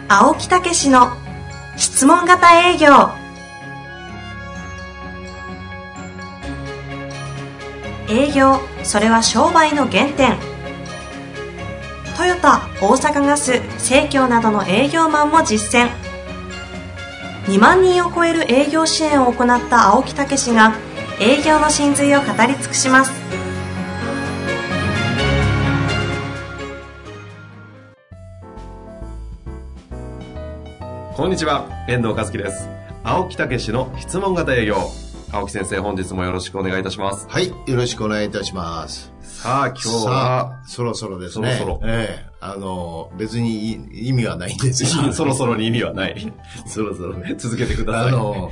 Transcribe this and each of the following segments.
青木武の質問型営業。営業、それは商売の原点。トヨタ、大阪ガス、生協などの営業マンも実践。2万人を超える営業支援を行った青木武が営業の真髄を語り尽くします。 こんにちは、遠藤和樹です。青木武の質問型営業。青木先生、本日もよろしくお願いいたします。 はい、よろしくお願いいたします。 さあ、今日はそろそろですね。 そろそろ。別に意味はないんですよ。 そろそろに意味はない。 そろそろね。 続けてください。はい。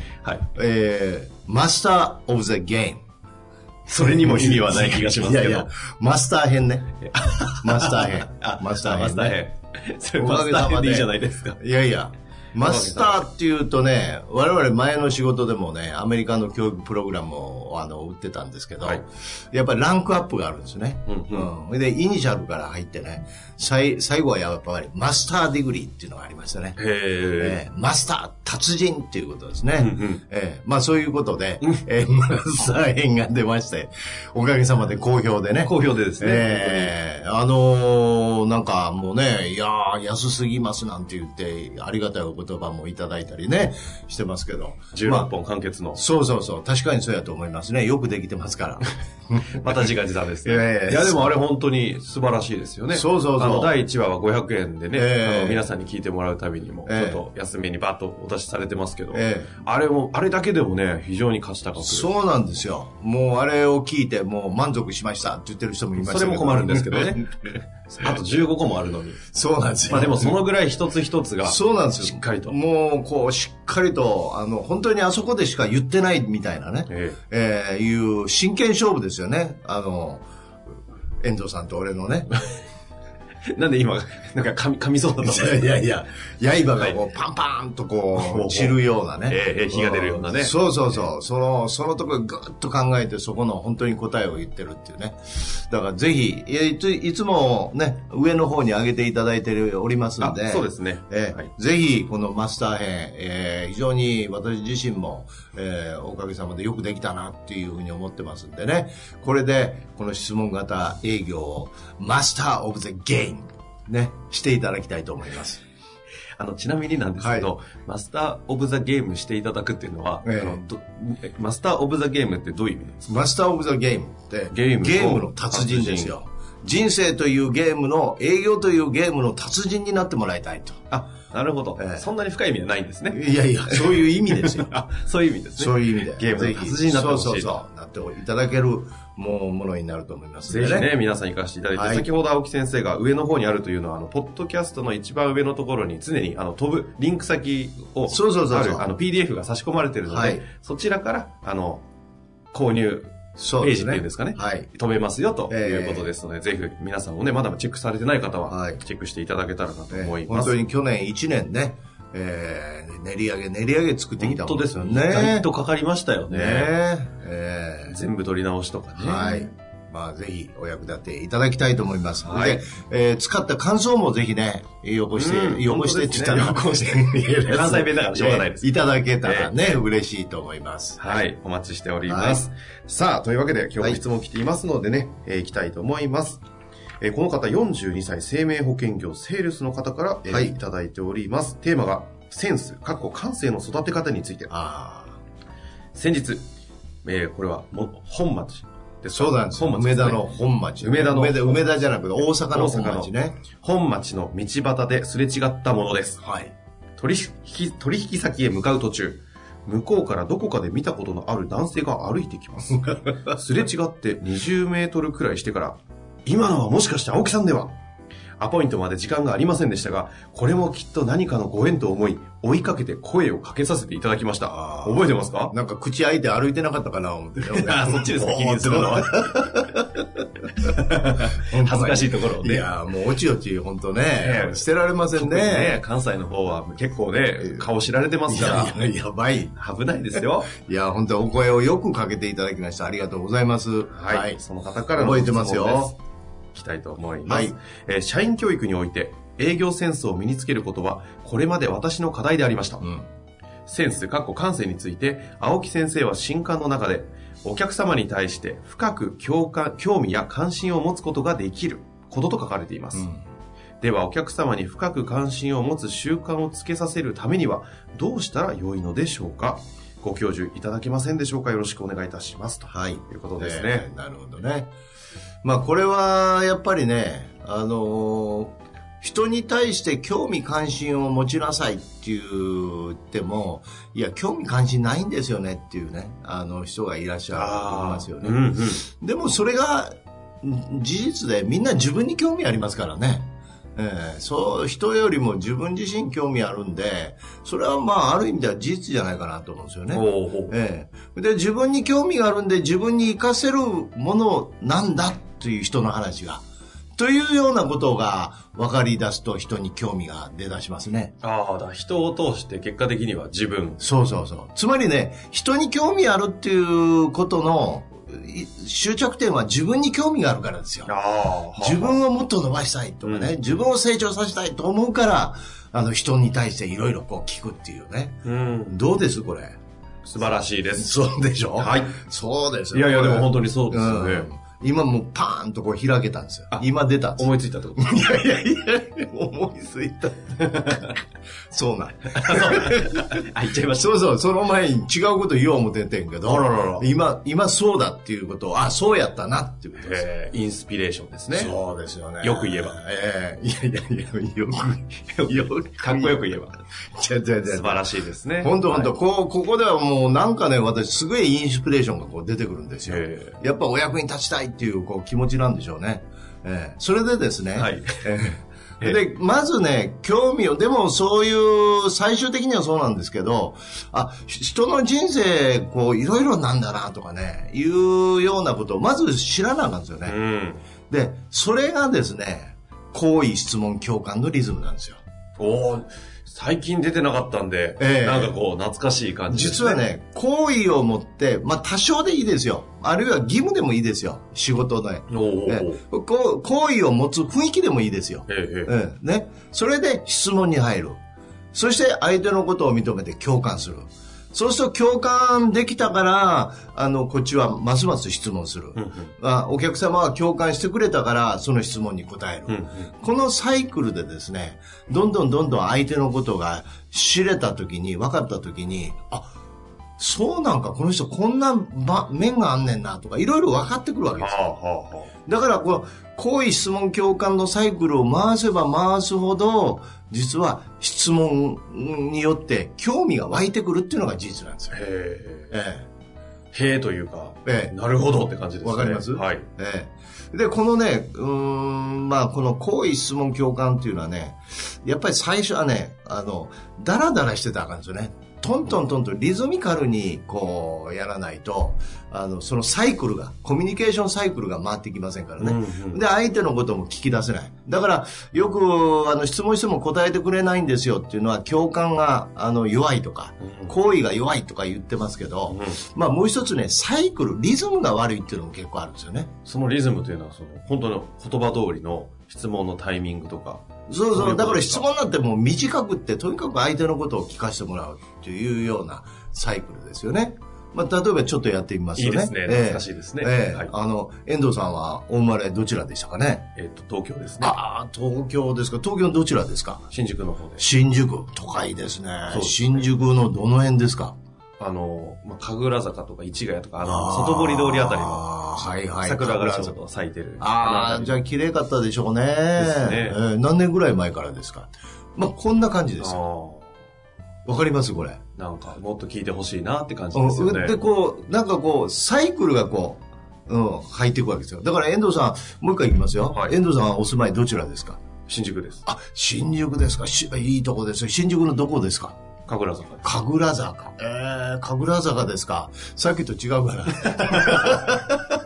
マスターオブザゲーム。 それにも意味はない気がしますけど。 いやいや、マスター編ね。マスター編。 マスター編。それマスター編でいいじゃないですか。 いやいや。マスターっていうとね、我々前の仕事でもね、アメリカの教育プログラムを売ってたんですけど、はい、やっぱりランクアップがあるんですね。で、イニシャルから入ってね、最後はやっぱりマスターディグリーっていうのがありましたね。マスター、達人っていうことですね。まあそういうことで、マスター編が出まして、おかげさまで好評でね。 好評でですね。 なんかもうね、いやー安すぎますなんて言って、ありがたいお言葉もいただいたりね、してますけど。 16本完結の。 そう。確かにそうやと思いますね。よくできてますから。 また自画自賛ですね。いやでもあれ本当に素晴らしいですよね。 そう。 第1話は500円でね、皆さんに聞いてもらうたびにも、ちょっと安めにバッとお出しされてますけど、あれだけでもね、非常に価値高く。 そうなんですよ。もうあれを聞いて、もう満足しましたって言ってる人もいましたけど。 それも困るんですけどね。あと15個もあるのに。 そうなんですよ。 まあでもそのぐらい一つ一つが。 そうなんですよ。 しっかりと。 もう、しっかりと、本当にあそこでしか言ってないみたいなね。いう真剣勝負ですよね。遠藤さんと俺のね。 なんで今、なんか噛みそうだったいや、刃がこう、パンパンとこう、散るようなね。 火が出るようなね。 そう。そのところぐっと考えて、そこの本当に答えを言ってるっていうね。だからぜひ、いつもね、上の方に上げていただいておりますんで。 そうですね。 ぜひ、このマスター編、非常に私自身も、おかげさまでよくできたなっていうふうに思ってますんでね。これで、この質問型営業を、マスターオブザゲームね、していただきたいと思います。 ちなみになんですけど、マスターオブザゲームしていただくっていうのは、マスターオブザゲームってどういう意味ですか？ マスターオブザゲームってゲームの達人ですよ。人生というゲームの、営業というゲームの達人になってもらいたいと。 なるほど、そんなに深い意味はないんですね。 いや、そういう意味ですよ。 そういう意味ですね。 そういう意味で。 ゲームの達人になってほしいと。 そう。なっていただけるものになると思いますね。ぜひね、皆さん活かしていただいて、先ほど青木先生が上の方にあるというのは、ポッドキャストの一番上のところに常に飛ぶリンク先を、PDF が差し込まれているので、そちらから、購入、ページっていうんですかね。飛べますよということですので、ぜひ皆さんもね、まだチェックされてない方は、チェックしていただけたらなと思います。 本当に去年1年ね、練り上げ作ってきたもんですよね。 意外とかかりましたよね。全部取り直しとかね。 まあぜひお役立ていただきたいと思います。で、使った感想もぜひね、よこしてって言ったら、 関西弁だからしょうがないです。 いただけたらね、嬉しいと思います。 はい、お待ちしております。さあ、というわけで今日も質問来ていますのでね、行きたいと思います。この方42歳生命保険業セールスの方から、いただいております。テーマがセンス、感性の育て方について。先日、これは本町。 そうなんですよ。梅田の本町。梅田じゃなくて大阪の本町ね。 本町の道端ですれ違ったものです。取引先へ向かう途中、向こうからどこかで見たことのある男性が歩いてきます。すれ違って20メートルくらいしてから、今のはもしかして青木さんでは？アポイントまで時間がありませんでしたが、これもきっと何かのご縁と思い、追いかけて声をかけさせていただきました。覚えてますか？ なんか口開いて歩いてなかったかな思って。 そっちですか、気にするのは。恥ずかしいところをね。 いや、もうおちおち本当ね、捨てられませんね。 関西の方は結構ね、顔知られてますから。 やばい。 危ないですよ。 いや、本当お声をよくかけていただきました。ありがとうございます。 その方からの覚えてますよ。 いきたいと思います。社員教育において営業センスを身につけることは、これまで私の課題でありました。センス、感性について、青木先生は新刊の中で、お客様に対して深く興味や関心を持つことができることと書かれています。では、お客様に深く関心を持つ習慣をつけさせるためには、どうしたら良いのでしょうか。ご教授いただけませんでしょうか。よろしくお願いいたします。ということですね。 なるほどね。まあ、これは、やっぱりね、人に対して興味関心を持ちなさいって言っても、いや、興味関心ないんですよねっていうね、人がいらっしゃると思いますよね。でもそれが事実でみんな自分に興味ありますからね。そう、人よりも自分自身興味あるんで、それはまあ、ある意味では事実じゃないかなと思うんですよね。で、自分に興味があるんで、自分に活かせるものなんだという人の話が。というようなことが分かり出すと人に興味が出だしますね。 人を通して結果的には自分。 そう。つまりね、人に興味あるっていうことの終着点は自分に興味があるからですよ。自分をもっと伸ばしたいとかね、自分を成長させたいと思うから、人に対していろいろこう聞くっていうね。どうですこれ。 素晴らしいです。 そうでしょ。 はい。 そうですよ。いやでも本当にそうですよね。 今もうパーンとこう開けたんですよ。今出たんですよ。 思いついたってこといや、思いついた。そうなん。 言っちゃいました。 そう、その前に違うこと言おう思っててんけど、今そうだっていうことを、そうやったなっていうことです。 インスピレーションですね。 そうですよね。 よく言えば。 よく。 かっこよく言えば。素晴らしいですね。 本当ここではもうなんかね、私すごいインスピレーションがこう出てくるんですよ。やっぱお役に立ちたいっていうこう気持ちなんでしょうね。それでですね、で、まずね、興味を、でもそういう、最終的にはそうなんですけど、人の人生、こう、いろいろなんだなとかね、いうようなことをまず知らなあかんですよね。で、それがですね、好意、質問、共感のリズムなんですよ。 最近出てなかったんで、なんかこう懐かしい感じですね。 実はね、好意を持って、多少でいいですよ。あるいは義務でもいいですよ。仕事で。好意を持つ雰囲気でもいいですよ。ね。それで質問に入る。そして相手のことを認めて共感する。そうすると共感できたから、こっちはますます質問する。お客様は共感してくれたから、その質問に答える。このサイクルでですね、どんどん相手のことが知れたときに、分かったときに、そうなんか、この人こんな面があんねんなとか、いろいろ分かってくるわけですよ。だから、好意質問共感のサイクルを回せば回すほど、実は質問によって興味が湧いてくるっていうのが事実なんですよ。 へーというか、なるほどって感じですね。 わかります？ はい。 で、このね、この好意質問共感っていうのはね、やっぱり最初はね、ダラダラしてたらあかんですよね。トントンリズミカルにこうやらないと、そのサイクルが、コミュニケーションサイクルが回ってきませんからね。で、相手のことも聞き出せない。だから、よく、質問しても答えてくれないんですよっていうのは、共感が、弱いとか、好意が弱いとか言ってますけど、もう一つね、サイクル、リズムが悪いっていうのも結構あるんですよね。 そのリズムというのは、本当の言葉通りの質問のタイミングとか。 そう。だから質問なんてもう短くって、とにかく相手のことを聞かせてもらうっていうようなサイクルですよね。例えばちょっとやってみますよね。 いいですね。懐かしいですね。 遠藤さんはお生まれどちらでしたかね？ 東京ですね。 東京ですか。東京のどちらですか？ 新宿の方で。 新宿。都会ですね。新宿のどの辺ですか？ 神楽坂とか市ヶ谷とか、外堀通りあたりの、桜がちょっと咲いてる。じゃあ綺麗かったでしょうね。 ですね。 何年ぐらい前からですか？こんな感じですよ。わかりますこれ。 なんか、もっと聞いてほしいなって感じですよね。 で、サイクルが入っていくわけですよ。だから遠藤さん、もう一回いきますよ。遠藤さんはお住まいどちらですか？ 新宿です。 新宿ですか。いいとこですよ。新宿のどこですか？ 神楽坂です。 神楽坂。神楽坂ですか。さっきと違うから。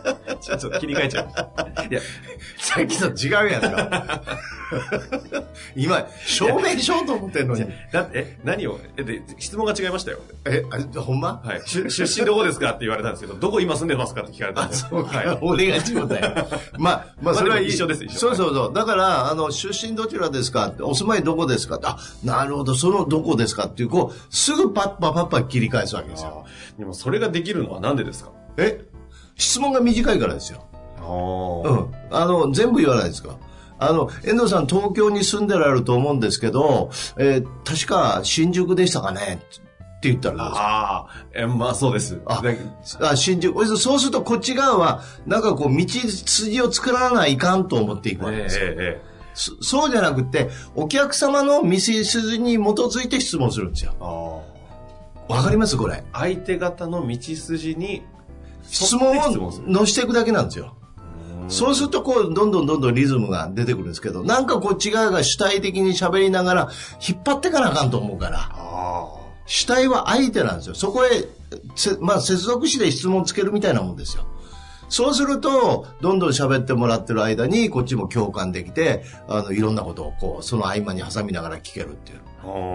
ちょっと切り替えちゃう。いや、 さっきと違うやんか。今、証明しようと思ってんのに。 だって、何を、質問が違いましたよ。 ほんま？ はい。出身どこですかって言われたんですけど、どこ今住んでますかって聞かれたんですよ。 はい。俺が違うだよ。まあ、それは一緒です、一緒。そう。だから、出身どちらですかって、お住まいどこですかって、なるほど、そのどこですかっていう、すぐパッパ切り返すわけですよ。 でもそれができるのはなんでですか？ 質問が短いからですよ。全部言わないですか。遠藤さん、東京に住んでられると思うんですけど、確か新宿でしたかねって言ったらどうですか？ まあそうです。 新宿。そうするとこっち側は、なんか道筋を作らないかんと思っていくわけですよ。そうじゃなくて、お客様の道筋に基づいて質問するんですよ。わかりますこれ。 相手方の道筋に質問を乗せていくだけなんですよ。そうするとどんどんリズムが出てくるんですけど、なんかこっち側が主体的に喋りながら引っ張ってかなあかんと思うから、主体は相手なんですよ。そこへ、接続詞で質問つけるみたいなもんですよ。そうすると、どんどん喋ってもらってる間に、こっちも共感できて、いろんなことをその合間に挟みながら聞けるっていう。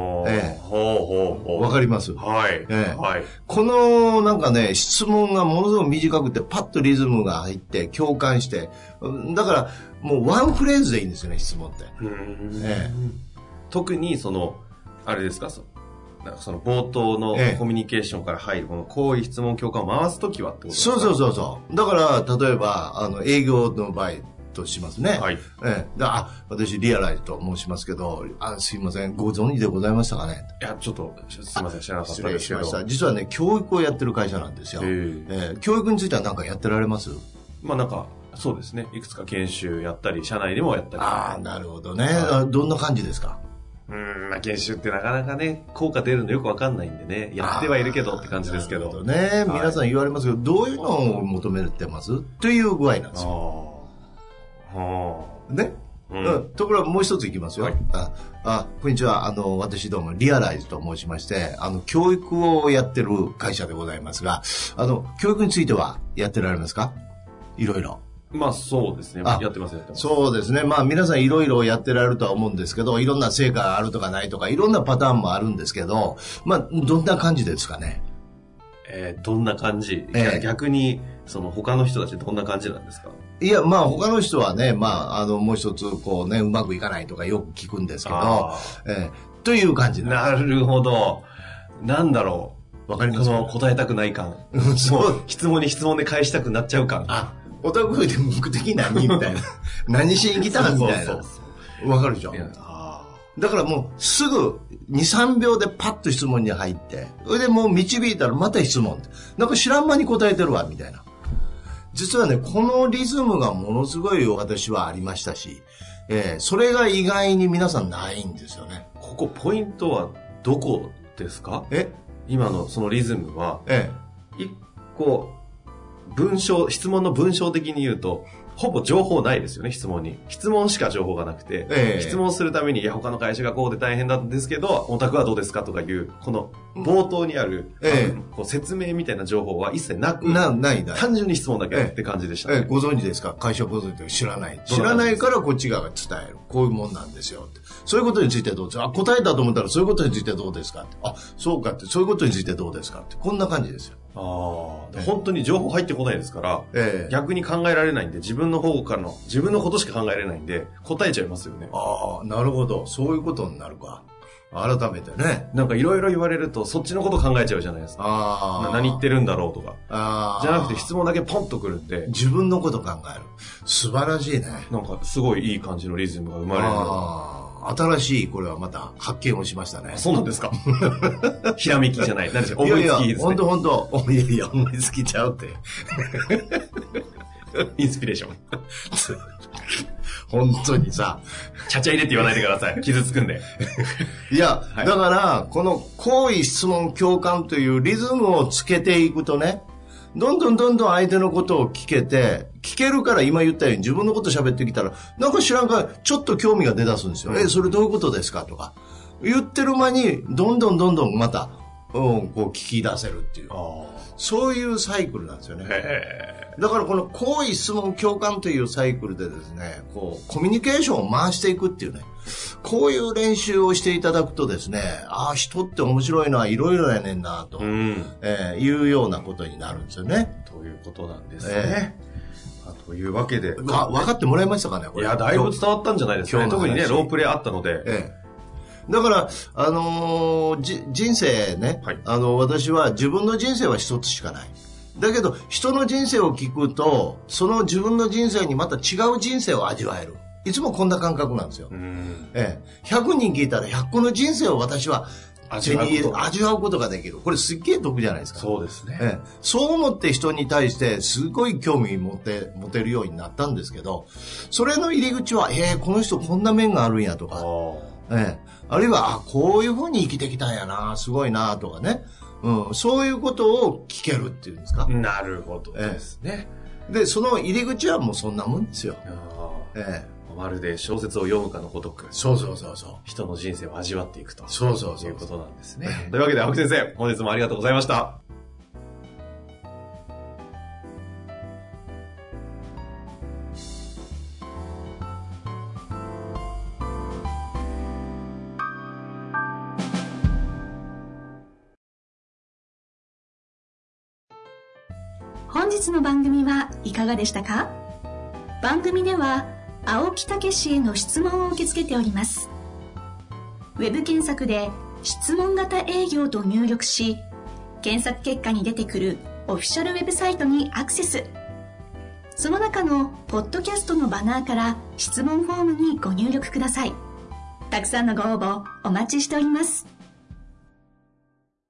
わかります？ はい。はい。 この、なんかね、質問がものすごく短くて、パッとリズムが入って、共感して、だから、もうワンフレーズでいいんですよね、質問って。 特に、あれですか、その冒頭のコミュニケーションから入るこの行為質問共感を回すときはってことですか？ そう。だから例えば営業の場合としますね。 はい。 私リアライズと申しますけど、すいません、ご存知でございましたかね？ いや、ちょっとすいません、知らなかったですけど。 失礼しました。実はね、教育をやってる会社なんですよ。教育については何かやってられます？ なんかそうですね。いくつか研修やったり、社内でもやったり。 なるほどね。どんな感じですか？ 研修ってなかなかね、効果出るのよくわかんないんでね、やってはいるけどって感じですけど。 なるほどね。皆さん言われますけど、どういうのを求めてますという具合なんですよ。ね。ところがもう一ついきますよ。はい、こんにちは。私どもリアライズと申しまして、教育をやってる会社でございますが、教育についてはやってられますか？いろいろ。 そうですね。やってます。 そうですね。皆さんいろいろやってられるとは思うんですけど、いろんな成果があるとかないとか、いろんなパターンもあるんですけど、どんな感じですかね。 どんな感じ、逆に、他の人たちどんな感じなんですか？ いや、他の人はね、もう一つ、うまくいかないとかよく聞くんですけど、という感じなるほど。なんだろう。 わかりますか？ 答えたくない感。そう。質問に質問で返したくなっちゃう感。 おたくで目的何みたいな。何しに来たみたいな。わかるでしょ？だからもうすぐ2、3秒でパッと質問に入って、それでもう導いたらまた質問。なんか知らん間に答えてるわ、みたいな。実はね、このリズムがものすごい私はありましたし、それが意外に皆さんないんですよね。 ここポイントはどこですか？今のそのリズムは、一個、質問の文章的に言うと、ほぼ情報ないですよね、質問に。質問しか情報がなくて、質問するために、いや、他の会社がこうで大変なんですけど、お宅はどうですかとかいう、この冒頭にある、説明みたいな情報は一切なく、単純に質問だけって感じでしたね。 ご存知ですか？会社ご存知で知らない。知らないからこっち側が伝える。こういうもんなんですよって。そういうことについてどうですか？答えたと思ったらそういうことについてどうですかって。そうかって、そういうことについてどうですかって。こんな感じですよ。 本当に情報入ってこないですから、逆に考えられないんで、自分の方からの、自分のことしか考えられないんで、答えちゃいますよね。 なるほど。そういうことになるか。改めてね。 なんかいろいろ言われると、そっちのこと考えちゃうじゃないですか。何言ってるんだろうとか。じゃなくて質問だけポンとくるんで。 自分のこと考える。素晴らしいね。 なんかすごいいい感じのリズムが生まれるの。 新しい、これはまた発見をしましたね。 そうなんですか？ひらめきじゃない。何でしょう？思いつきですね。 本当。いや、思いつきちゃうって。 インスピレーション。 本当にさ。 ちゃちゃ入れって言わないでください。傷つくんで。 いや、だから、この行為、質問、共感というリズムをつけていくとね、どんどん相手のことを聞けるから今言ったように自分のこと喋ってきたら、なんか知らんからちょっと興味が出だすんですよ。それどういうことですかとか。言ってる間に、どんどんまたこう聞き出せるっていう。そういうサイクルなんですよね。だからこの好意質問共感というサイクルでですね、こうコミュニケーションを回していくっていうね、こういう練習をしていただくとですね、人って面白いな、いろいろやねんなと、いうようなことになるんですよね。 ということなんですね。というわけで分かってもらいましたかね、これ。 いや、だいぶ伝わったんじゃないですかね。特にね、ロープレイあったので。 だから、人生ね、私は自分の人生は一つしかない。だけど、人の人生を聞くと、その自分の人生にまた違う人生を味わえる。いつもこんな感覚なんですよ。100人聞いたら100個の人生を私は味わうことができる。これすっげえ得じゃないですか。 そうですね。 そう思って人に対してすごい興味持てるようになったんですけど、それの入り口は、この人こんな面があるんやとか、あるいは、こういうふうに生きてきたんやな、すごいな、とかね。そういうことを聞けるっていうんですか。 なるほどですね。 で、その入り口はもうそんなもんですよ。 まるで小説を読むかのごとく。 そう。 人の人生を味わっていくと。 そう。 いうことなんですね。というわけで、青木先生、本日もありがとうございました。 本日の番組はいかがでしたか？番組では青木武氏への質問を受け付けております。ウェブ検索で質問型営業と入力し、検索結果に出てくるオフィシャルウェブサイトにアクセス。その中のポッドキャストのバナーから質問フォームにご入力ください。たくさんのご応募お待ちしております。